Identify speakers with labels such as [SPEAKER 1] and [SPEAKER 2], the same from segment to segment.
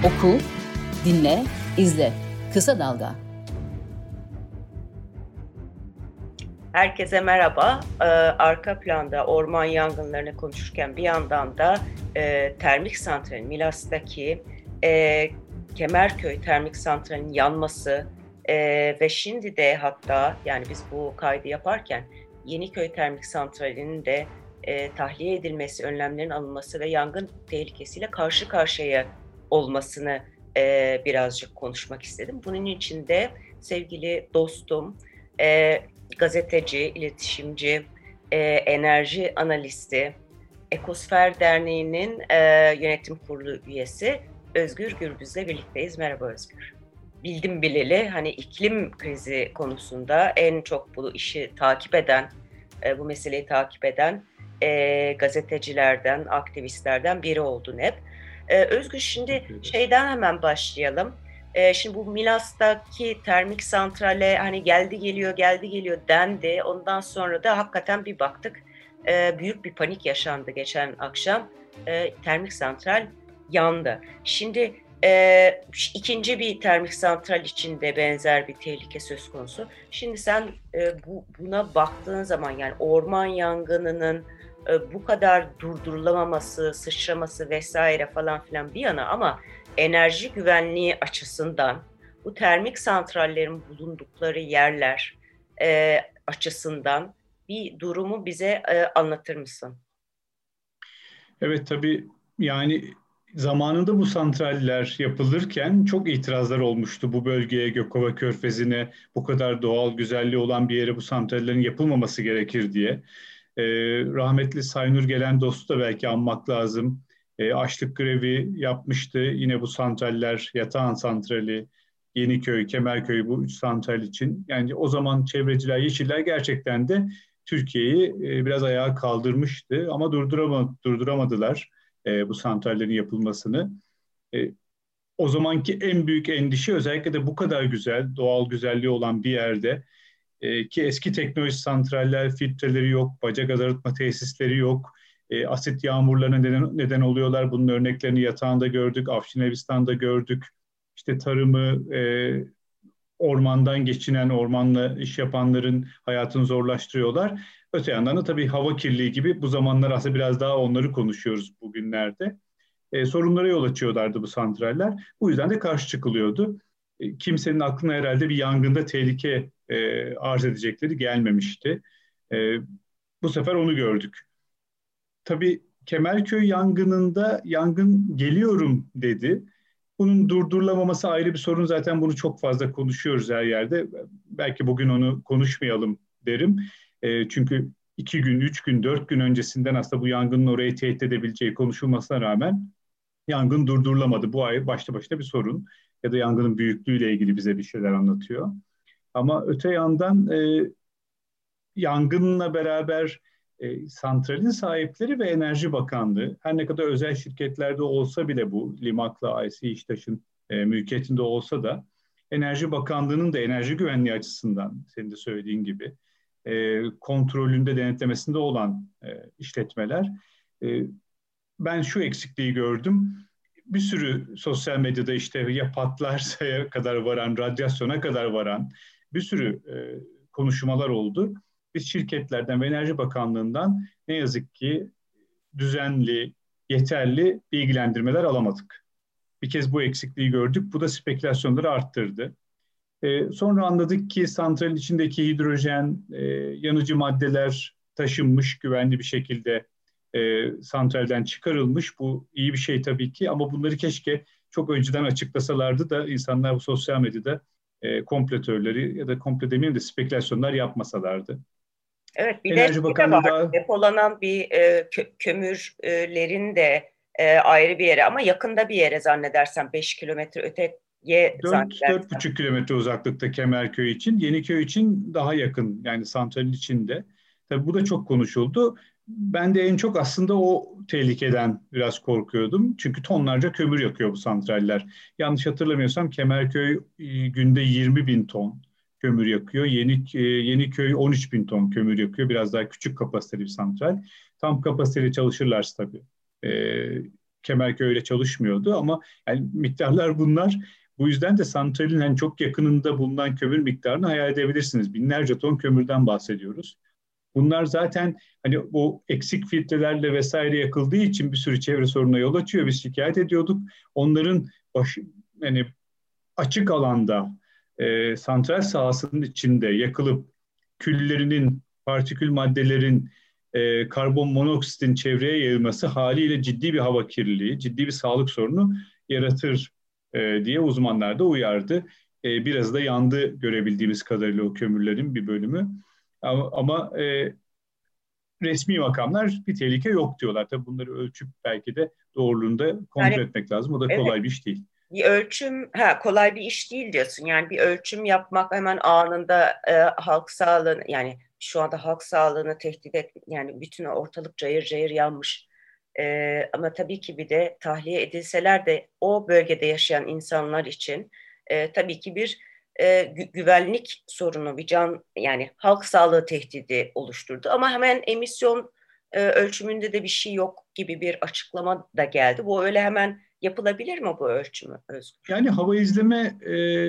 [SPEAKER 1] Oku, dinle, izle. Kısa Dalga.
[SPEAKER 2] Herkese merhaba. Arka planda orman yangınlarını konuşurken bir yandan da termik santralin, Milas'taki Kemerköy termik santralinin yanması ve şimdi de hatta yani biz bu kaydı yaparken Yeniköy termik santralinin de tahliye edilmesi, önlemlerin alınması ve yangın tehlikesiyle karşı karşıya olmasını birazcık konuşmak istedim. Bunun için de sevgili dostum, gazeteci, iletişimci, enerji analisti, Ekosfer Derneği'nin yönetim kurulu üyesi Özgür Gürbüz'le birlikteyiz. Merhaba Özgür. Bildim bileli hani iklim krizi konusunda en çok bu işi takip eden, bu meseleyi takip eden gazetecilerden, aktivistlerden biri oldun hep. Özgür, şimdi şeyden hemen başlayalım. Şimdi bu Milas'taki termik santrale hani geldi geliyor dendi. Ondan sonra da hakikaten bir baktık büyük bir panik yaşandı geçen akşam. Termik santral yandı. Şimdi ikinci bir termik santral için de benzer bir tehlike söz konusu. Şimdi sen buna baktığın zaman yani orman yangınının bu kadar durdurulamaması, sıçraması vesaire falan filan bir yana ama enerji güvenliği açısından bu termik santrallerin bulundukları yerler açısından bir durumu bize anlatır mısın?
[SPEAKER 3] Evet tabii yani zamanında bu santraller yapılırken çok itirazlar olmuştu bu bölgeye, Gökova Körfezi'ne bu kadar doğal güzelliği olan bir yere bu santrallerin yapılmaması gerekir diye. Rahmetli Saynur Gelen dostu da belki anmak lazım. Açlık grevi yapmıştı yine bu santraller, Yatağan Santrali, Yeniköy, Kemerköy bu üç santral için. Yani o zaman çevreciler, yeşiller gerçekten de Türkiye'yi biraz ayağa kaldırmıştı ama durduramadılar bu santrallerin yapılmasını. O zamanki en büyük endişe özellikle de bu kadar güzel, doğal güzelliği olan bir yerde ki eski teknoloji santraller, filtreleri yok, baca gaz arıtma tesisleri yok, asit yağmurlarına neden oluyorlar. Bunun örneklerini Yatağan'da gördük, Afşin Elbistan'da gördük. İşte tarımı, ormandan geçinen, ormanla iş yapanların hayatını zorlaştırıyorlar. Öte yandan da tabii hava kirliliği gibi bu zamanlar aslında biraz daha onları konuşuyoruz bugünlerde. Sorunlara yol açıyorlardı bu santraller. Bu yüzden de karşı çıkılıyordu. Kimsenin aklına herhalde bir yangında tehlike arz edecekleri gelmemişti. Bu sefer onu gördük. Tabii Kemerköy yangınında yangın geliyorum dedi. Bunun durdurulamaması ayrı bir sorun. Zaten bunu çok fazla konuşuyoruz her yerde. Belki bugün onu konuşmayalım derim. Çünkü 2 gün, 3 gün, 4 gün öncesinden aslında bu yangının orayı tehdit edebileceği konuşulmasına rağmen yangın durdurulamadı. Bu ay başta başına bir sorun. Ya da yangının büyüklüğüyle ilgili bize bir şeyler anlatıyor. Ama öte yandan yangınla beraber santralin sahipleri ve Enerji Bakanlığı her ne kadar özel şirketlerde olsa bile bu Limak'la IC İştaş'ın mülkiyetinde olsa da Enerji Bakanlığı'nın da enerji güvenliği açısından senin de söylediğin gibi kontrolünde denetlemesinde olan işletmeler. Ben şu eksikliği gördüm. Bir sürü sosyal medyada işte ya patlarsaya kadar varan, radyasyona kadar varan bir sürü konuşmalar oldu. Biz şirketlerden ve Enerji Bakanlığı'ndan ne yazık ki düzenli, yeterli bilgilendirmeler alamadık. Bir kez bu eksikliği gördük. Bu da spekülasyonları arttırdı. Sonra anladık ki santralin içindeki hidrojen, yanıcı maddeler taşınmış güvenli bir şekilde santralden çıkarılmış. Bu iyi bir şey tabii ki ama bunları keşke çok önceden açıklasalardı da insanlar bu sosyal medyada komplo teorileri ya da komplo demeyeyim de spekülasyonlar yapmasalardı.
[SPEAKER 2] Evet, bir de
[SPEAKER 3] Enerji Bakanlığı
[SPEAKER 2] var.
[SPEAKER 3] da
[SPEAKER 2] Depolanan bir kömürlerin de ayrı bir yere ama yakında bir yere zannedersem 5 kilometre öteye zannedersem.
[SPEAKER 3] 4,5 kilometre uzaklıkta Kemerköy için, Yeniköy için daha yakın yani santralin içinde. Tabii bu da çok konuşuldu. Ben de en çok aslında o tehlikeden biraz korkuyordum. Çünkü tonlarca kömür yakıyor bu santraller. Yanlış hatırlamıyorsam Kemerköy günde 20 bin ton kömür yakıyor. Yeniköy 13 bin ton kömür yakıyor. Biraz daha küçük kapasiteli bir santral. Tam kapasiteli çalışırlarsa tabii Kemerköy'le çalışmıyordu ama yani miktarlar bunlar. Bu yüzden de santralin hani çok yakınında bulunan kömür miktarını hayal edebilirsiniz. Binlerce ton kömürden bahsediyoruz. Bunlar zaten hani o eksik filtrelerle vesaire yakıldığı için bir sürü çevre sorununa yol açıyor. Biz şikayet ediyorduk. Onların yani açık alanda santral sahasının içinde yakılıp küllerinin, partikül maddelerin, karbon monoksitin çevreye yayılması haliyle ciddi bir hava kirliliği, ciddi bir sağlık sorunu yaratır diye uzmanlar da uyardı. Biraz da yandı görebildiğimiz kadarıyla o kömürlerin bir bölümü. Ama resmi makamlar bir tehlike yok diyorlar. Tabii bunları ölçüp belki de doğruluğunu da kontrol
[SPEAKER 2] Yani
[SPEAKER 3] etmek lazım. O da
[SPEAKER 2] evet,
[SPEAKER 3] kolay bir iş değil.
[SPEAKER 2] bir ölçüm kolay bir iş değil diyorsun. Yani bir ölçüm yapmak hemen anında halk sağlığını, yani şu anda halk sağlığını tehdit et, yani bütün ortalık cayır cayır yanmış. Ama tabii ki bir de tahliye edilseler de o bölgede yaşayan insanlar için tabii ki bir güvenlik sorunu, bir can, yani halk sağlığı tehdidi oluşturdu. Ama hemen emisyon ölçümünde de bir şey yok gibi bir açıklama da geldi. Bu öyle hemen yapılabilir mi, bu ölçümü Özgür?
[SPEAKER 3] Yani hava izleme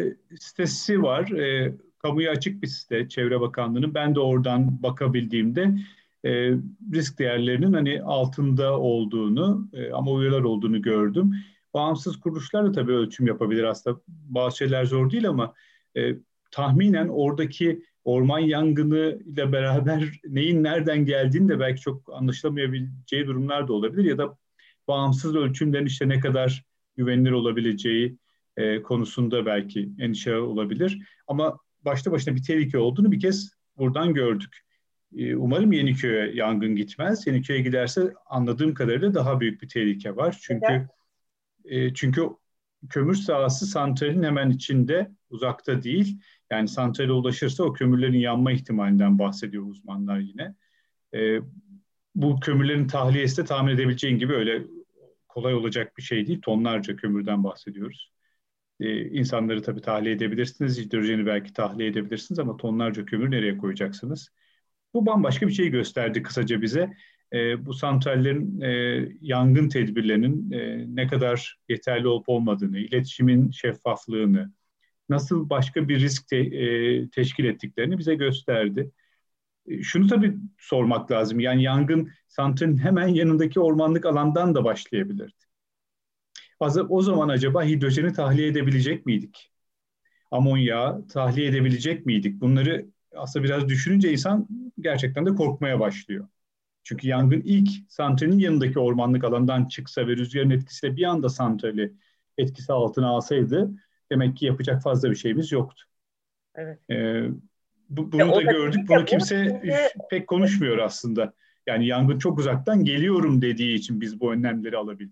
[SPEAKER 3] sitesi var. Kamuya açık bir site Çevre Bakanlığı'nın. Ben de oradan bakabildiğimde e, risk değerlerinin hani altında olduğunu ama uyarılar olduğunu gördüm. Bağımsız kuruluşlar da tabii ölçüm yapabilir aslında. Bazı şeyler zor değil ama e, tahminen oradaki orman yangını ile beraber neyin nereden geldiğini de belki çok anlaşılamayabileceği durumlar da olabilir ya da bağımsız ölçümlerin işte ne kadar güvenilir olabileceği konusunda belki endişe olabilir. Ama başta başına bir tehlike olduğunu bir kez buradan gördük. Umarım Yeniköy'e yangın gitmez. Yeniköy'e giderse anladığım kadarıyla daha büyük bir tehlike var.
[SPEAKER 2] Neden?
[SPEAKER 3] Çünkü kömür sahası santralin hemen içinde, uzakta değil. Yani santrale ulaşırsa o kömürlerin yanma ihtimalinden bahsediyor uzmanlar yine. E, Bu kömürlerin tahliyesi de tahmin edebileceğin gibi öyle kolay olacak bir şey değil. Tonlarca kömürden bahsediyoruz. İnsanları tabii tahliye edebilirsiniz. Hidrojeni belki tahliye edebilirsiniz ama tonlarca kömür nereye koyacaksınız? Bu bambaşka bir şey gösterdi kısaca bize. Bu santrallerin yangın tedbirlerinin ne kadar yeterli olup olmadığını, iletişimin şeffaflığını, nasıl başka bir risk teşkil ettiklerini bize gösterdi. Şunu tabii sormak lazım. Yani yangın santralin hemen yanındaki ormanlık alandan da başlayabilirdi. O zaman acaba hidrojeni tahliye edebilecek miydik? Amonyağı tahliye edebilecek miydik? Bunları aslında biraz düşününce insan gerçekten de korkmaya başlıyor. Çünkü yangın ilk santralin yanındaki ormanlık alandan çıksa ve rüzgarın etkisiyle bir anda santrali etkisi altına alsaydı demek ki yapacak fazla bir şeyimiz yoktu.
[SPEAKER 2] Evet.
[SPEAKER 3] Ee,
[SPEAKER 2] Ve
[SPEAKER 3] Bunu
[SPEAKER 2] o
[SPEAKER 3] da
[SPEAKER 2] da değil
[SPEAKER 3] gördük. Bunu
[SPEAKER 2] de bu
[SPEAKER 3] kimse
[SPEAKER 2] şimdi
[SPEAKER 3] pek konuşmuyor aslında. Yani yangın çok uzaktan geliyorum dediği için biz bu önlemleri alabildik.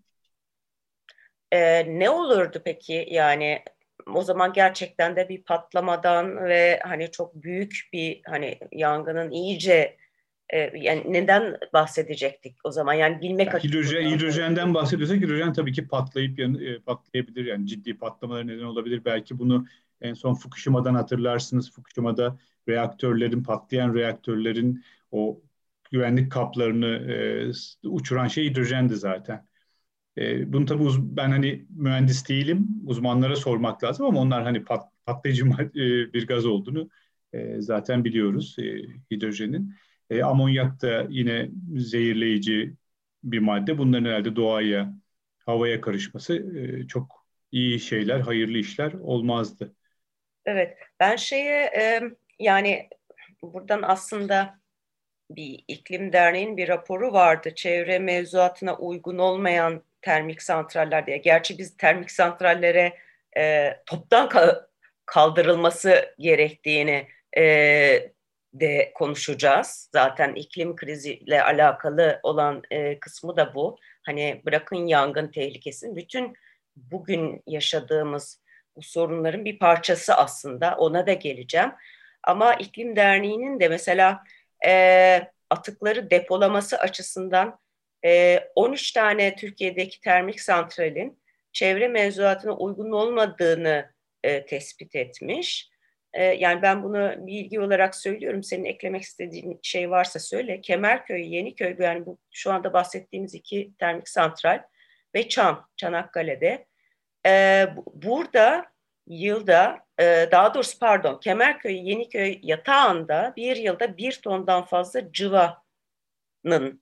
[SPEAKER 2] ne olurdu peki, yani o zaman gerçekten de bir patlamadan ve hani çok büyük bir, hani yangının iyice yani neden bahsedecektik o zaman, yani bilmek
[SPEAKER 3] Yani
[SPEAKER 2] açısından.
[SPEAKER 3] hidrojenden bahsediyorsak hidrojen tabii ki patlayabilir. Yani ciddi patlamalara neden olabilir. Belki bunu en son Fukushima'dan hatırlarsınız. Fukushima'da patlayan reaktörlerin o güvenlik kaplarını uçuran şey hidrojendi zaten. Bunu tabii ben hani mühendis değilim, uzmanlara sormak lazım ama onlar hani patlayıcı bir gaz olduğunu zaten biliyoruz hidrojenin. Amonyak da yine zehirleyici bir madde. Bunların herhalde doğaya, havaya karışması çok iyi şeyler, hayırlı işler olmazdı.
[SPEAKER 2] Evet, ben yani buradan aslında bir iklim derneğinin bir raporu vardı. Çevre mevzuatına uygun olmayan termik santraller diye. Gerçi biz termik santrallere toptan kaldırılması gerektiğini de konuşacağız. Zaten iklim kriziyle alakalı olan kısmı da bu. Hani bırakın yangın tehlikesini, bütün bugün yaşadığımız bu sorunların bir parçası aslında. Ona da geleceğim. Ama iklim derneğinin de mesela atıkları depolaması açısından 13 tane Türkiye'deki termik santralin çevre mevzuatına uygun olmadığını tespit etmiş. Yani ben bunu bilgi olarak söylüyorum. Senin eklemek istediğin şey varsa söyle. Kemerköy, Yeniköy, yani bu şu anda bahsettiğimiz iki termik santral ve Çanakkale'de. Burada yılda, daha doğrusu pardon, Kemerköy, Yeniköy yatağında bir yılda 1 tondan fazla cıvanın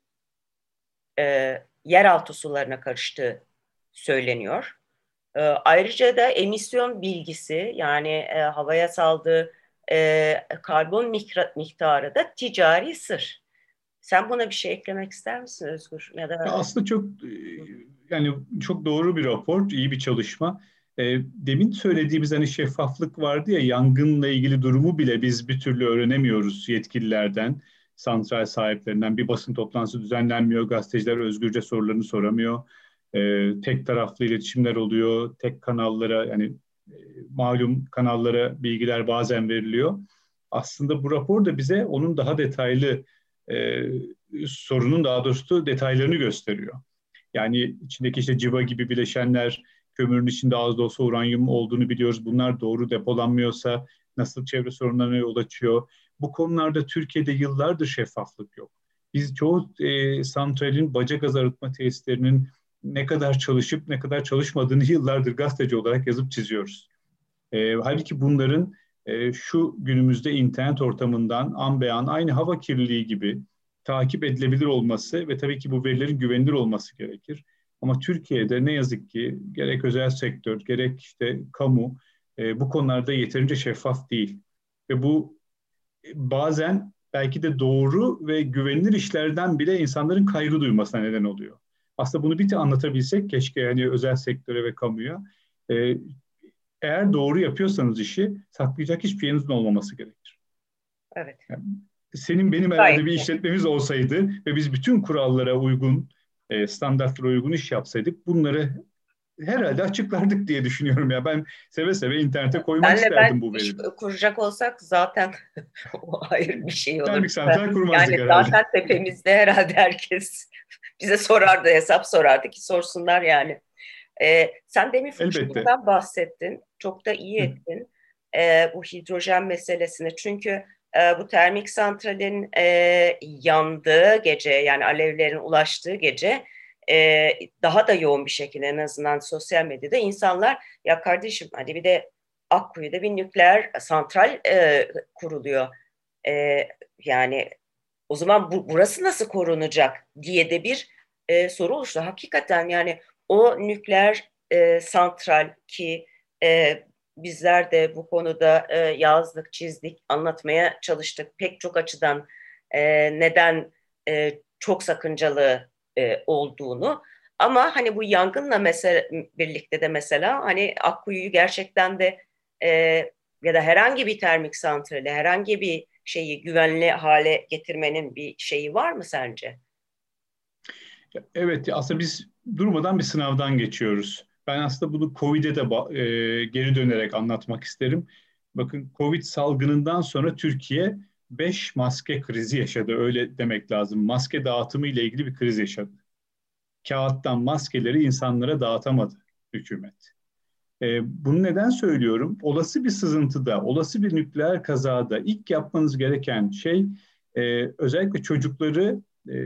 [SPEAKER 2] yeraltı sularına karıştığı söyleniyor. Ayrıca da emisyon bilgisi, yani havaya saldığı karbon miktarı da ticari sır. Sen buna bir şey eklemek ister misin Özgür? Ya da
[SPEAKER 3] Aslında çok yani çok doğru bir rapor, iyi bir çalışma. Demin söylediğimiz hani şeffaflık vardı ya, yangınla ilgili durumu bile biz bir türlü öğrenemiyoruz yetkililerden, santral sahiplerinden. Bir basın toplantısı düzenlenmiyor, gazeteciler özgürce sorularını soramıyor. Tek taraflı iletişimler oluyor, tek kanallara, yani malum kanallara bilgiler bazen veriliyor. Aslında bu rapor da bize onun daha detaylı e, sorunun daha doğrusu detaylarını gösteriyor. Yani içindeki işte civa gibi bileşenler, kömürün içinde az da olsa uranyum olduğunu biliyoruz. Bunlar doğru depolanmıyorsa nasıl çevre sorunlarına yol açıyor? Bu konularda Türkiye'de yıllardır şeffaflık yok. Biz çoğu santralin baca gaz arıtma tesislerinin ne kadar çalışıp ne kadar çalışmadığını yıllardır gazeteci olarak yazıp çiziyoruz. Halbuki bunların şu günümüzde internet ortamından an be an aynı hava kirliliği gibi takip edilebilir olması ve tabii ki bu verilerin güvenilir olması gerekir. Ama Türkiye'de ne yazık ki gerek özel sektör gerek işte kamu bu konularda yeterince şeffaf değil. Ve bu bazen belki de doğru ve güvenilir işlerden bile insanların kaygı duymasına neden oluyor. Aslında bunu bir de anlatabilsek keşke, yani özel sektöre ve kamuya. E, Eğer doğru yapıyorsanız işi saklayacak hiçbir yerinizin olmaması gerekir.
[SPEAKER 2] evet.
[SPEAKER 3] Yani senin benim herhalde
[SPEAKER 2] Gayet
[SPEAKER 3] bir
[SPEAKER 2] iyi.
[SPEAKER 3] işletmemiz olsaydı ve biz bütün kurallara uygun, standartlara uygun iş yapsaydık bunları herhalde açıklardık diye düşünüyorum ya. Ben seve seve internete koymak
[SPEAKER 2] Senle ben
[SPEAKER 3] isterdim bu
[SPEAKER 2] iş
[SPEAKER 3] verileri.
[SPEAKER 2] kuracak olsak zaten o ayrı bir şey
[SPEAKER 3] Termik
[SPEAKER 2] olurdu.
[SPEAKER 3] santral kurmazdık
[SPEAKER 2] Yani
[SPEAKER 3] herhalde.
[SPEAKER 2] zaten tepemizde herhalde herkes bize sorardı, hesap sorardı ki sorsunlar yani. Sen demin
[SPEAKER 3] Elbette.
[SPEAKER 2] Fukushima'dan bahsettin. Çok da iyi ettin. Bu hidrojen meselesini. Çünkü bu termik santralin yandığı gece, yani alevlerin ulaştığı gece daha da yoğun bir şekilde, en azından sosyal medyada insanlar, ya kardeşim hadi bir de Akkuyu'da bir nükleer santral kuruluyor. E, Yani o zaman burası nasıl korunacak diye de bir soru oluştu. Hakikaten yani o nükleer santral ki bizler de bu konuda yazdık, çizdik, anlatmaya çalıştık pek çok açıdan neden çok sakıncalı olduğunu. Ama hani bu yangınla mesela birlikte de mesela hani Akkuyu'yu gerçekten de e, ya da herhangi bir termik santrali, herhangi bir şeyi güvenli hale getirmenin bir şeyi var mı sence?
[SPEAKER 3] Evet, aslında biz durmadan bir sınavdan geçiyoruz. Ben aslında bunu Covid'e de geri dönerek anlatmak isterim. Bakın, Covid salgınından sonra Türkiye 5 maske krizi yaşadı. Öyle demek lazım. Maske dağıtımı ile ilgili bir kriz yaşadı. Kağıttan maskeleri insanlara dağıtamadı hükümet. Bunu neden söylüyorum? Olası bir sızıntıda, olası bir nükleer kazada ilk yapmanız gereken şey özellikle çocukları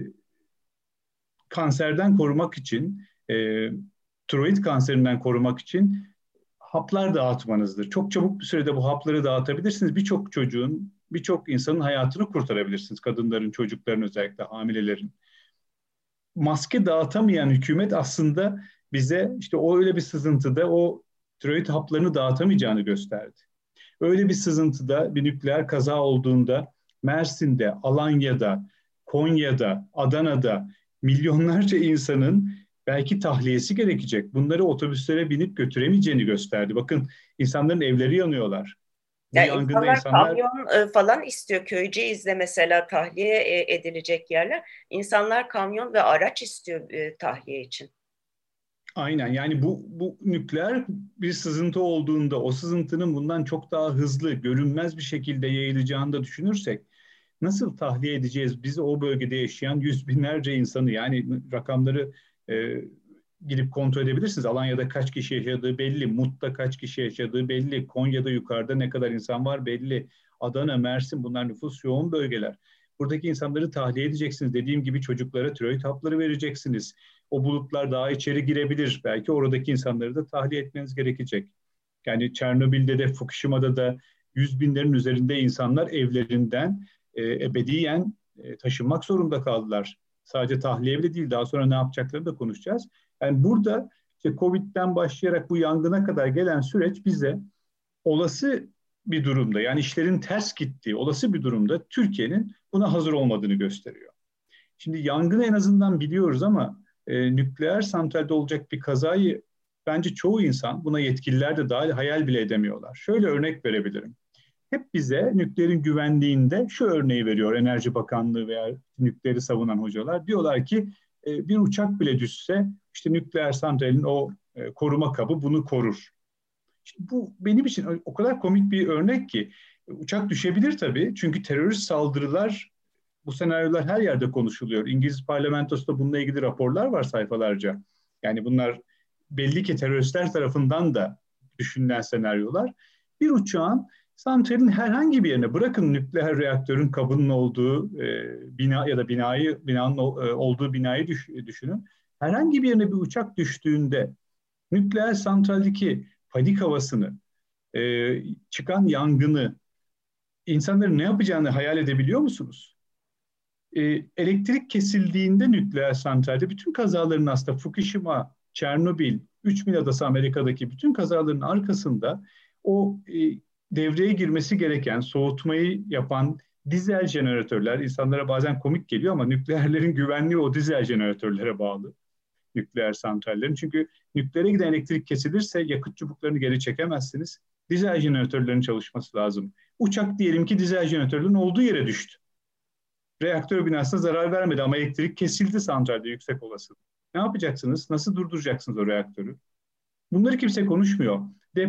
[SPEAKER 3] kanserden korumak için, tiroid kanserinden korumak için haplar dağıtmanızdır. Çok çabuk bir sürede bu hapları dağıtabilirsiniz. Birçok çocuğun, birçok insanın hayatını kurtarabilirsiniz. Kadınların, çocukların, özellikle hamilelerin. Maske dağıtamayan hükümet aslında bize işte o öyle bir sızıntıda o tiroid haplarını dağıtamayacağını gösterdi. Öyle bir sızıntıda, bir nükleer kaza olduğunda Mersin'de, Alanya'da, Konya'da, Adana'da milyonlarca insanın belki tahliyesi gerekecek. Bunları otobüslere binip götüremeyeceğini gösterdi. Bakın, insanların evleri yanıyorlar. Bu
[SPEAKER 2] Yani
[SPEAKER 3] yangında
[SPEAKER 2] insanlar
[SPEAKER 3] insanlar
[SPEAKER 2] kamyon falan istiyor. Köyceğiz'de mesela tahliye edilecek yerler. İnsanlar kamyon ve araç istiyor tahliye için.
[SPEAKER 3] aynen, yani bu nükleer bir sızıntı olduğunda o sızıntının bundan çok daha hızlı, görünmez bir şekilde yayılacağını da düşünürsek nasıl tahliye edeceğiz? Biz o bölgede yaşayan yüz binlerce insanı, yani rakamları e, gidip kontrol edebilirsiniz. Alanya'da kaç kişi yaşadığı belli, Mut'ta kaç kişi yaşadığı belli, Konya'da yukarıda ne kadar insan var belli. Adana, Mersin, bunlar nüfus yoğun bölgeler. Buradaki insanları tahliye edeceksiniz. Dediğim gibi çocuklara tiroid hapları vereceksiniz. o bulutlar daha içeri girebilir. Belki oradaki insanları da tahliye etmeniz gerekecek. Yani Çernobil'de de Fukushima'da da 100.000'lerin üzerinde insanlar evlerinden ebediyen taşınmak zorunda kaldılar. Sadece tahliye bile değil, daha sonra ne yapacaklarını da konuşacağız. Yani burada işte Covid'den başlayarak bu yangına kadar gelen süreç bize olası bir durumda, yani işlerin ters gittiği olası bir durumda Türkiye'nin buna hazır olmadığını gösteriyor. Şimdi yangını en azından biliyoruz ama nükleer santralde olacak bir kazayı bence çoğu insan, buna yetkililer de dahil, hayal bile edemiyorlar. Şöyle örnek verebilirim. Hep bize nükleerin güvenliğinde şu örneği veriyor Enerji Bakanlığı veya nükleeri savunan hocalar. Diyorlar ki bir uçak bile düşse işte nükleer santralin o koruma kabı bunu korur. Şimdi bu benim için o kadar komik bir örnek ki uçak düşebilir tabii. Çünkü terörist saldırılar, bu senaryolar her yerde konuşuluyor. İngiliz parlamentosunda bununla ilgili raporlar var sayfalarca. Yani bunlar belli ki teröristler tarafından da düşünülen senaryolar. Bir uçağın santralin herhangi bir yerine, bırakın nükleer reaktörün kabının olduğu bina ya da binanın olduğu binayı düşünün. Herhangi bir yerine bir uçak düştüğünde nükleer santraldeki panik havasını, çıkan yangını, insanların ne yapacağını hayal edebiliyor musunuz? Elektrik kesildiğinde nükleer santralde bütün kazaların, aslında Fukushima, Çernobil, 3000 adası Amerika'daki bütün kazaların arkasında o devreye girmesi gereken soğutmayı yapan dizel jeneratörler, insanlara bazen komik geliyor ama nükleerlerin güvenliği o dizel jeneratörlere bağlı. Nükleer santrallerin. Çünkü nükleere giden elektrik kesilirse yakıt çubuklarını geri çekemezsiniz. Dizel jeneratörlerin çalışması lazım. Uçak diyelim ki dizel jeneratörlerin olduğu yere düştü. Reaktör binasına zarar vermedi ama elektrik kesildi santralde yüksek olasılık. Ne yapacaksınız? Nasıl durduracaksınız o reaktörü? Bunları kimse konuşmuyor.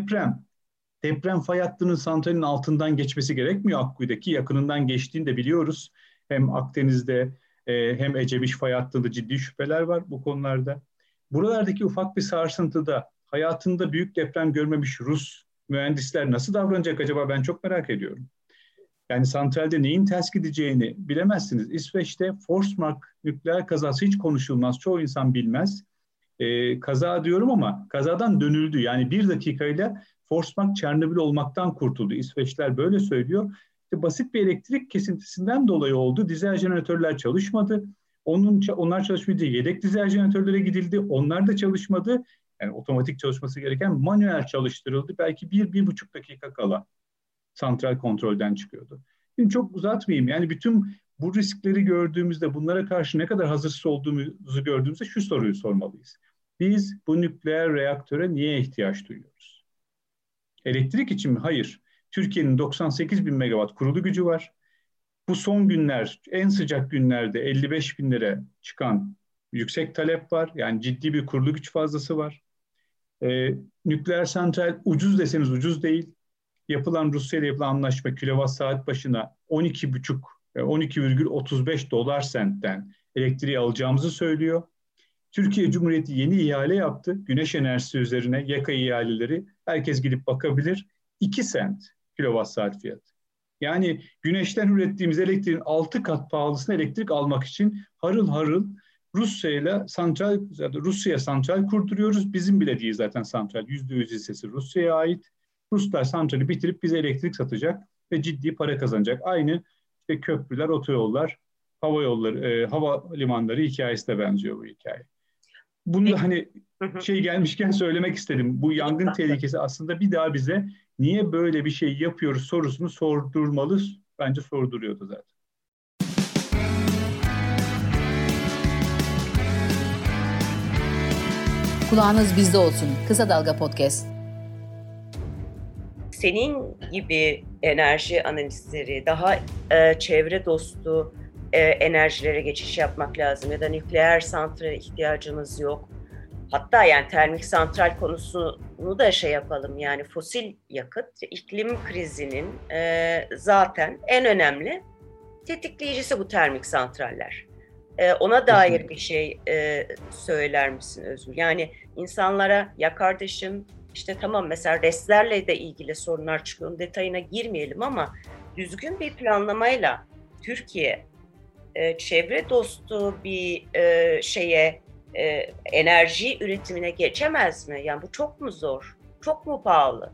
[SPEAKER 3] Deprem fay hattının santralin altından geçmesi gerekmiyor Akkuyu'daki. Yakınından geçtiğini de biliyoruz. Hem Akdeniz'de hem Ecemiş fay hattında ciddi şüpheler var bu konularda. Buralardaki ufak bir sarsıntıda hayatında büyük deprem görmemiş Rus mühendisler nasıl davranacak acaba, ben çok merak ediyorum. Yani santralde neyin ters gideceğini bilemezsiniz. İsveç'te Forsmark nükleer kazası hiç konuşulmaz. Çoğu insan bilmez. Kaza diyorum ama kazadan dönüldü. Yani 1 dakikayla Forsmark Çernobil olmaktan kurtuldu. İsveçler böyle söylüyor. İşte basit bir elektrik kesintisinden dolayı oldu. Dizel jeneratörler çalışmadı. Onlar çalışmayınca yedek dizel jeneratörlere gidildi. Onlar da çalışmadı. Yani otomatik çalışması gereken manuel çalıştırıldı. Belki 1-1,5 dakika kala santral kontrolden çıkıyordu. Şimdi çok uzatmayayım. Yani bütün bu riskleri gördüğümüzde, bunlara karşı ne kadar hazırsız olduğumuzu gördüğümüzde şu soruyu sormalıyız. Biz bu nükleer reaktöre niye ihtiyaç duyuyoruz? Elektrik için mi? Hayır. Türkiye'nin 98 bin megawatt kurulu gücü var. Bu son günler, en sıcak günlerde 55 binlere çıkan yüksek talep var. Yani ciddi bir kurulu güç fazlası var. Nükleer santral ucuz deseniz ucuz değil. Rusya ile yapılan anlaşma kilowatt saat başına 12,35 dolar sentten elektriği alacağımızı söylüyor. Türkiye Cumhuriyeti yeni ihale yaptı. Güneş enerjisi üzerine YAKA ihaleleri. Herkes gidip bakabilir. 2 sent kilowatt saat fiyatı. Yani güneşten ürettiğimiz elektriğin 6 kat pahalısına elektrik almak için harıl harıl Rusya'ya santral kurduruyoruz. Bizim bile değil zaten santral. %100 hissesi Rusya'ya ait. Ruslar santrali bitirip bize elektrik satacak ve ciddi para kazanacak. Aynı işte köprüler, otoyollar, hava limanları hikayesine benziyor bu hikaye. Bunu da hani gelmişken söylemek istedim. Bu yangın tehlikesi aslında bir daha bize niye böyle bir şey yapıyoruz sorusunu sordurmalı. Bence sorduruyordu zaten.
[SPEAKER 1] Kulağınız bizde olsun. Kısa Dalga Podcast.
[SPEAKER 2] Senin gibi enerji analistleri, daha çevre dostu enerjilere geçiş yapmak lazım ya da nükleer santrale ihtiyacımız yok. Hatta yani termik santral konusunu da yapalım, yani fosil yakıt iklim krizinin zaten en önemli tetikleyicisi bu termik santraller. Ona dair bir şey söyler misin Özgür? Yani insanlara ya kardeşim işte tamam, mesela RES'lerle de ilgili sorunlar çıkıyor, detayına girmeyelim ama düzgün bir planlamayla Türkiye çevre dostu bir enerji üretimine geçemez mi? Yani bu çok mu zor? Çok mu pahalı?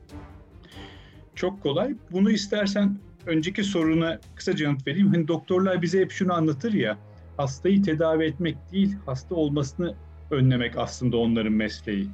[SPEAKER 3] Çok kolay. Bunu istersen önceki soruna kısaca yanıt vereyim. Hani doktorlar bize hep şunu anlatır ya, hastayı tedavi etmek değil, hasta olmasını önlemek aslında onların mesleği.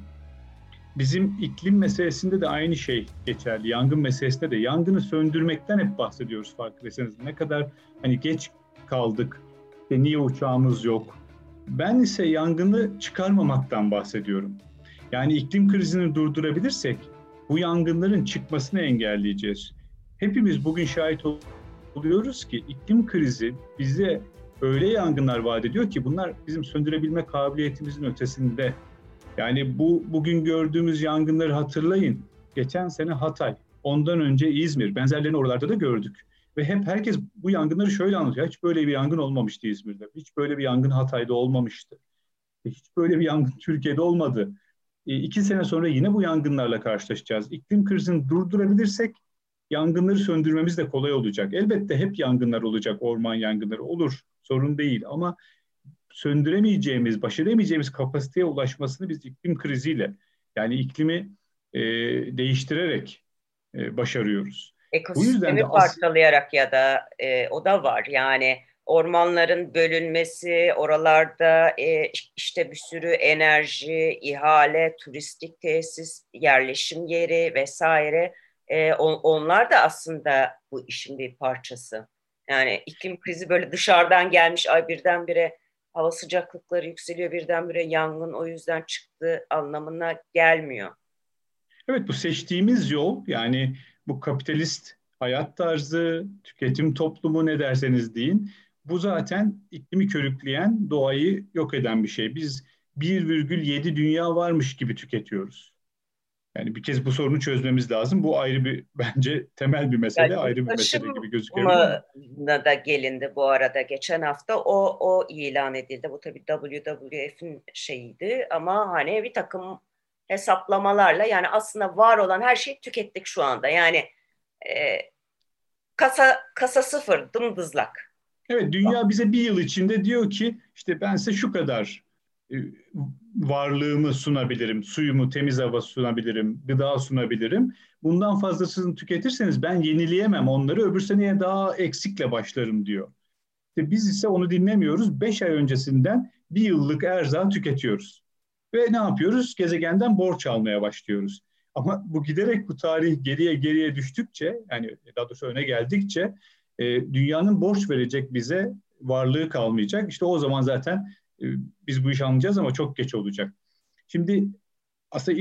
[SPEAKER 3] Bizim iklim meselesinde de aynı şey geçerli. Yangın meselesinde de yangını söndürmekten hep bahsediyoruz farkındaysanız. Ne kadar hani geç kaldık, işte niye uçağımız yok. Ben ise yangını çıkarmamaktan bahsediyorum. Yani iklim krizini durdurabilirsek bu yangınların çıkmasını engelleyeceğiz. Hepimiz bugün şahit oluyoruz ki iklim krizi bize öyle yangınlar vaat ediyor ki bunlar bizim söndürebilme kabiliyetimizin ötesinde. Yani bugün gördüğümüz yangınları hatırlayın. Geçen sene Hatay, ondan önce İzmir, benzerlerini oralarda da gördük. Ve hep herkes bu yangınları şöyle anlatıyor. Hiç böyle bir yangın olmamıştı İzmir'de. Hiç böyle bir yangın Hatay'da olmamıştı. Hiç böyle bir yangın Türkiye'de olmadı. 2 sene sonra yine bu yangınlarla karşılaşacağız. İklim krizini durdurabilirsek yangınları söndürmemiz de kolay olacak. Elbette hep yangınlar olacak, orman yangınları olur, sorun değil. Ama söndüremeyeceğimiz, baş edemeyeceğimiz kapasiteye ulaşmasını biz iklim kriziyle, yani iklimi değiştirerek başarıyoruz. Bu yüzden de
[SPEAKER 2] Ekosistemi parçalayarak ya da o da var. Yani ormanların bölünmesi, oralarda işte bir sürü enerji, ihale, turistik tesis, yerleşim yeri vesaire, onlar da aslında bu işin bir parçası. Yani iklim krizi böyle dışarıdan gelmiş, ay birdenbire hava sıcaklıkları yükseliyor, birdenbire yangın o yüzden çıktı anlamına gelmiyor.
[SPEAKER 3] evet, bu seçtiğimiz yol, yani bu kapitalist hayat tarzı, tüketim toplumu ne derseniz deyin, bu zaten iklimi körükleyen, doğayı yok eden bir şey. Biz 1,7 dünya varmış gibi tüketiyoruz. Yani bir kez bu sorunu çözmemiz lazım. Bu ayrı bir, bence temel bir
[SPEAKER 2] Yani
[SPEAKER 3] mesele, ayrı bir mesele
[SPEAKER 2] ulaşım
[SPEAKER 3] gibi gözüküyor ama
[SPEAKER 2] mı da gelindi bu arada geçen hafta o ilan edildi. Bu tabii WWF'in şeyiydi ama hani bir takım hesaplamalarla yani aslında var olan her şeyi tükettik şu anda. Yani e, kasa sıfır, dımdızlak.
[SPEAKER 3] evet, dünya bize bir yıl içinde diyor ki işte ben size şu kadar e, varlığımı sunabilirim, suyumu, temiz hava sunabilirim, gıda sunabilirim. Bundan fazlasını tüketirseniz ben yenileyemem onları, öbür seneye daha eksikle başlarım diyor. İşte biz ise onu dinlemiyoruz. 5 ay öncesinden bir yıllık erzağı tüketiyoruz. Ve ne yapıyoruz? Gezegenden borç almaya başlıyoruz. Ama bu giderek bu tarih geriye düştükçe, yani daha doğrusu öne geldikçe dünyanın borç verecek bize varlığı kalmayacak. İşte o zaman zaten biz bu işi anlayacağız ama çok geç olacak. Şimdi aslında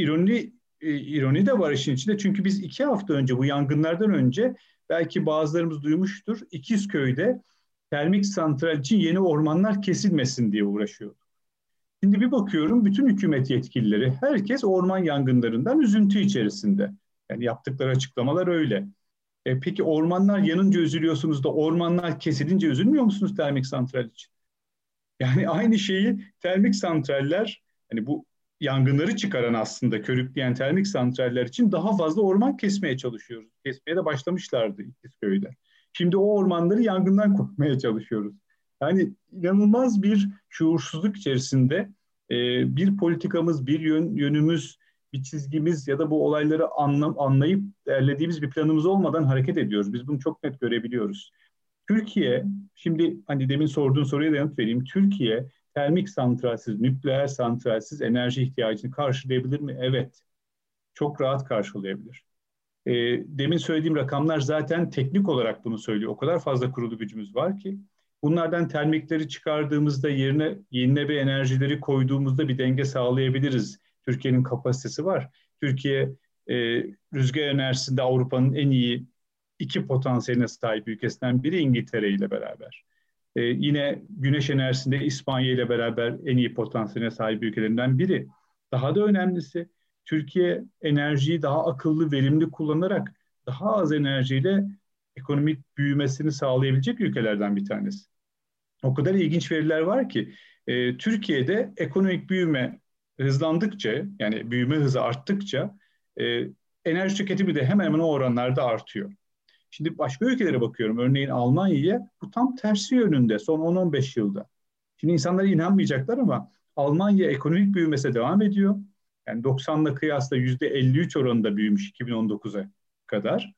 [SPEAKER 3] ironi de var işin içinde. Çünkü biz 2 hafta önce, bu yangınlardan önce, belki bazılarımız duymuştur, İkizköy'de termik santral için yeni ormanlar kesilmesin diye uğraşıyor. Şimdi bir bakıyorum, bütün hükümet yetkilileri, herkes orman yangınlarından üzüntü içerisinde. Yani yaptıkları açıklamalar öyle. Peki ormanlar yanınca üzülüyorsunuz da ormanlar kesilince üzülmüyor musunuz termik santral için? Yani aynı şeyi termik santraller, hani bu yangınları çıkaran, aslında körükleyen termik santraller için daha fazla orman kesmeye çalışıyoruz. Kesmeye de başlamışlardı İkizköy'de. Şimdi o ormanları yangından korumaya çalışıyoruz. Yani inanılmaz bir şuursuzluk içerisinde bir politikamız, bir yönümüz, bir çizgimiz ya da bu olayları anlayıp derlediğimiz bir planımız olmadan hareket ediyoruz. Biz bunu çok net görebiliyoruz. Türkiye, şimdi hani demin sorduğun soruya da yanıt vereyim. Türkiye termik santralsiz, nükleer santralsiz enerji ihtiyacını karşılayabilir mi? Evet. Çok rahat karşılayabilir. Demin söylediğim rakamlar zaten teknik olarak bunu söylüyor. O kadar fazla kurulu gücümüz var ki. Bunlardan termikleri çıkardığımızda, yerine yenilenebilir enerjileri koyduğumuzda bir denge sağlayabiliriz. Türkiye'nin kapasitesi var. Türkiye rüzgar enerjisinde Avrupa'nın en iyi 2 potansiyeline sahip ülkesinden biri, İngiltere ile beraber. Yine güneş enerjisinde İspanya ile beraber en iyi potansiyeline sahip ülkelerinden biri. Daha da önemlisi, Türkiye enerjiyi daha akıllı, verimli kullanarak daha az enerjiyle ekonomik büyümesini sağlayabilecek ülkelerden bir tanesi. O kadar ilginç veriler var ki Türkiye'de ekonomik büyüme hızlandıkça, yani büyüme hızı arttıkça enerji tüketimi de hemen hemen o oranlarda artıyor. Şimdi başka ülkelere bakıyorum. Örneğin Almanya'ya, bu tam tersi yönünde son 10-15 yılda. Şimdi insanlar inanmayacaklar ama Almanya ekonomik büyümesi devam ediyor. Yani 90'la kıyasla %53 oranında büyümüş 2019'a kadar.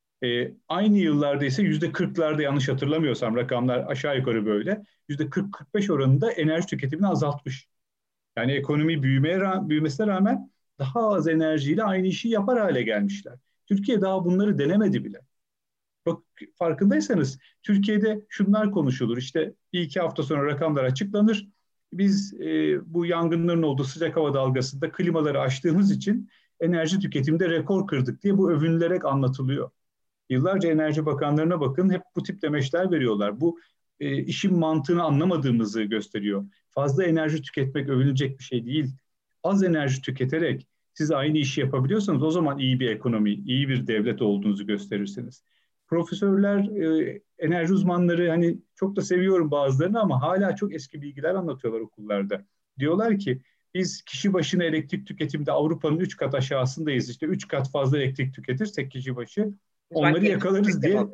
[SPEAKER 3] Aynı yıllarda ise %40'larda, yanlış hatırlamıyorsam rakamlar aşağı yukarı böyle. %40-45 oranında enerji tüketimini azaltmış. Yani ekonomi büyümesine rağmen daha az enerjiyle aynı işi yapar hale gelmişler. Türkiye daha bunları denemedi bile. Bak, farkındaysanız Türkiye'de şunlar konuşulur. İşte bir iki hafta sonra rakamlar açıklanır. Biz bu yangınların olduğu sıcak hava dalgasında klimaları açtığımız için enerji tüketiminde rekor kırdık diye bu övünülerek anlatılıyor. Yıllarca enerji bakanlarına bakın, hep bu tip demeçler veriyorlar. Bu işin mantığını anlamadığımızı gösteriyor. Fazla enerji tüketmek övünecek bir şey değil. Az enerji tüketerek siz aynı işi yapabiliyorsanız o zaman iyi bir ekonomi, iyi bir devlet olduğunuzu gösterirsiniz. Profesörler, enerji uzmanları, hani çok da seviyorum bazılarını ama hala çok eski bilgiler anlatıyorlar okullarda. Diyorlar ki biz kişi başına elektrik tüketimde Avrupa'nın 3 kat aşağısındayız. İşte 3 kat fazla elektrik tüketirsek kişi başı onları yakalarız diye.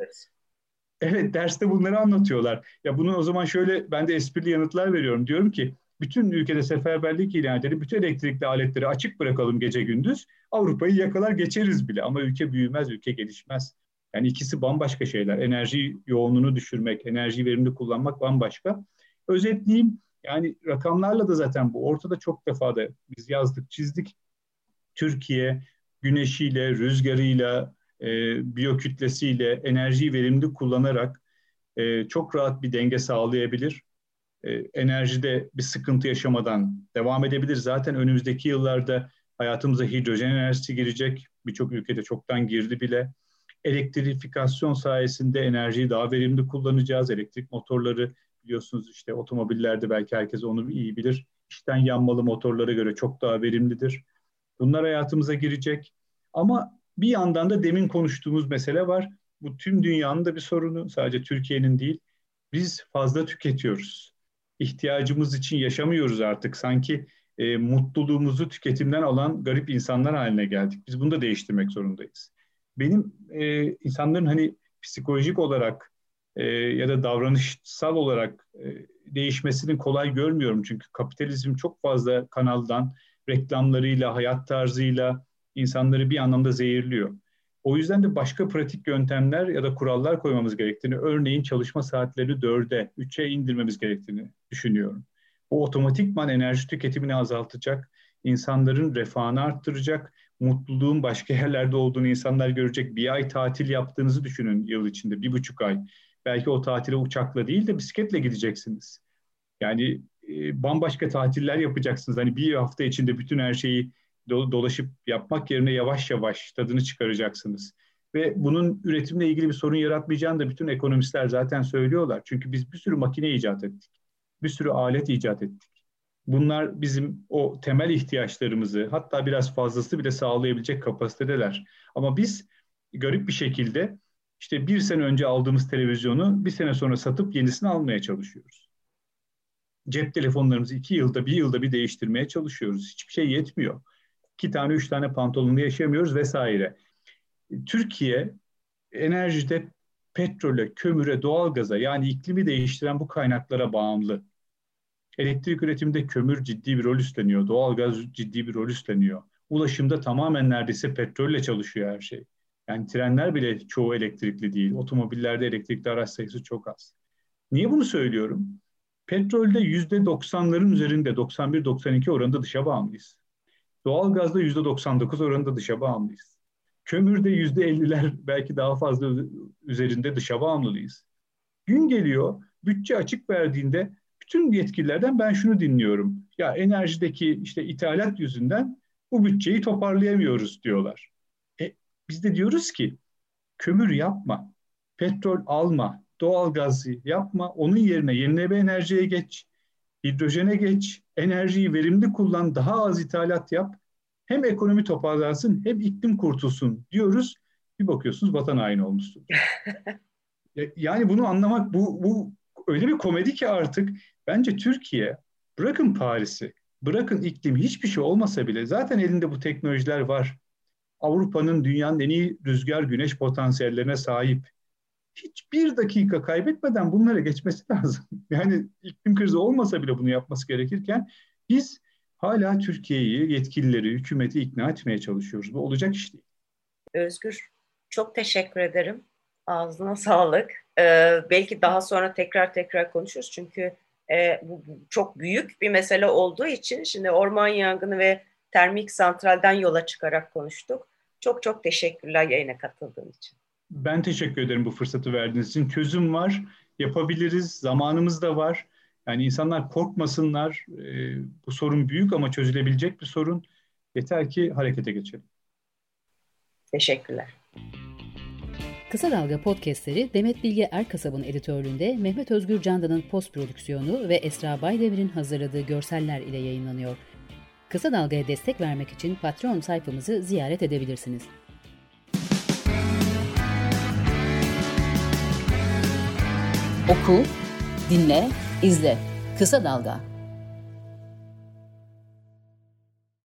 [SPEAKER 3] Evet, derste bunları anlatıyorlar. Ya bunun o zaman şöyle, ben de esprili yanıtlar veriyorum. Diyorum ki bütün ülkede seferberlik ilan edelim, bütün elektrikli aletleri açık bırakalım gece gündüz. Avrupa'yı yakalar geçeriz bile ama ülke büyümez, ülke gelişmez. Yani ikisi bambaşka şeyler. Enerji yoğunluğunu düşürmek, enerjiyi verimli kullanmak bambaşka. Özetleyeyim, yani rakamlarla da zaten bu ortada, çok defa da biz yazdık, çizdik. Türkiye güneşiyle, rüzgarıyla, biyokütlesiyle enerjiyi verimli kullanarak çok rahat bir denge sağlayabilir. Enerjide bir sıkıntı yaşamadan devam edebilir. Zaten önümüzdeki yıllarda hayatımıza hidrojen enerjisi girecek. Birçok ülkede çoktan girdi bile. Elektrifikasyon sayesinde enerjiyi daha verimli kullanacağız. Elektrik motorları, biliyorsunuz işte otomobillerde, belki herkes onu iyi bilir, İçten yanmalı motorlara göre çok daha verimlidir. Bunlar hayatımıza girecek. Ama bir yandan da demin konuştuğumuz mesele var. Bu tüm dünyanın da bir sorunu, sadece Türkiye'nin değil. Biz fazla tüketiyoruz. İhtiyacımız için yaşamıyoruz artık. Sanki mutluluğumuzu tüketimden alan garip insanlar haline geldik. Biz bunu da değiştirmek zorundayız. Benim insanların hani psikolojik olarak ya da davranışsal olarak değişmesini kolay görmüyorum. Çünkü kapitalizm çok fazla kanaldan, reklamlarıyla, hayat tarzıyla insanları bir anlamda zehirliyor. O yüzden de başka pratik yöntemler ya da kurallar koymamız gerektiğini, örneğin çalışma saatlerini 4'e, 3'e indirmemiz gerektiğini düşünüyorum. Bu otomatikman enerji tüketimini azaltacak, insanların refahını arttıracak, mutluluğun başka yerlerde olduğunu insanlar görecek. Bir ay tatil yaptığınızı düşünün yıl içinde, 1,5 ay. Belki o tatile uçakla değil de bisikletle gideceksiniz. Yani bambaşka tatiller yapacaksınız. Hani bir hafta içinde bütün her şeyi dolaşıp yapmak yerine yavaş yavaş tadını çıkaracaksınız. Ve bunun üretimle ilgili bir sorun yaratmayacağını da bütün ekonomistler zaten söylüyorlar. Çünkü biz bir sürü makine icat ettik. Bir sürü alet icat ettik. Bunlar bizim o temel ihtiyaçlarımızı, hatta biraz fazlası bile sağlayabilecek kapasitedeler. Ama biz garip bir şekilde işte bir sene önce aldığımız televizyonu bir sene sonra satıp yenisini almaya çalışıyoruz. Cep telefonlarımızı 2 yılda, bir yılda bir değiştirmeye çalışıyoruz. Hiçbir şey yetmiyor. 2 tane, 3 tane pantolonla yaşayamıyoruz vesaire. Türkiye enerjide petrole, kömüre, doğalgaza, yani iklimi değiştiren bu kaynaklara bağımlı. Elektrik üretiminde kömür ciddi bir rol üstleniyor. Doğalgaz ciddi bir rol üstleniyor. Ulaşımda tamamen neredeyse petrolle çalışıyor her şey. Yani trenler bile çoğu elektrikli değil. Otomobillerde elektrikli araç sayısı çok az. Niye bunu söylüyorum? Petrolde %90'ların üzerinde, 91-92 oranında dışa bağımlıyız. Doğalgazda %99 oranında dışa bağımlıyız. Kömürde %50'ler, belki daha fazla üzerinde dışa bağımlıyız. Gün geliyor, bütçe açık verdiğinde bütün yetkililerden ben şunu dinliyorum. Ya enerjideki işte ithalat yüzünden bu bütçeyi toparlayamıyoruz diyorlar. Biz de diyoruz ki kömür yapma, petrol alma, doğalgazı yapma, onun yerine yenilenebilir enerjiye geç, hidrojene geç, enerjiyi verimli kullan, daha az ithalat yap. Hem ekonomi toparlansın hem iklim kurtulsun diyoruz. Bir bakıyorsunuz vatan haini olmuşsunuz. Yani bunu anlamak, bu öyle bir komedi ki artık. Bence Türkiye, bırakın Paris'i, bırakın iklim, hiçbir şey olmasa bile zaten elinde bu teknolojiler var. Avrupa'nın, dünyanın en iyi rüzgar güneş potansiyellerine sahip. Hiçbir dakika kaybetmeden bunlara geçmesi lazım. Yani iklim krizi olmasa bile bunu yapması gerekirken Biz hala Türkiye'yi, yetkilileri, hükümeti ikna etmeye çalışıyoruz. Bu olacak iş değil.
[SPEAKER 2] Özgür, çok teşekkür ederim. Ağzına sağlık. Belki daha sonra tekrar konuşuruz. Çünkü bu çok büyük bir mesele olduğu için şimdi orman yangını ve termik santralden yola çıkarak konuştuk. Çok teşekkürler yayına katıldığın için.
[SPEAKER 3] Ben teşekkür ederim bu fırsatı verdiğiniz için. Çözüm var, yapabiliriz, zamanımız da var. Yani insanlar korkmasınlar. Bu sorun büyük ama çözülebilecek bir sorun. Yeter ki harekete geçelim.
[SPEAKER 2] Teşekkürler.
[SPEAKER 1] Kısa Dalga podcastleri Demet Bilge Erkasab'ın editörlüğünde Mehmet Özgür Candan'ın post prodüksiyonu ve Esra Baydemir'in hazırladığı görseller ile yayınlanıyor. Kısa Dalga'ya destek vermek için Patreon sayfamızı ziyaret edebilirsiniz. Oku, dinle, izle. Kısa Dalga.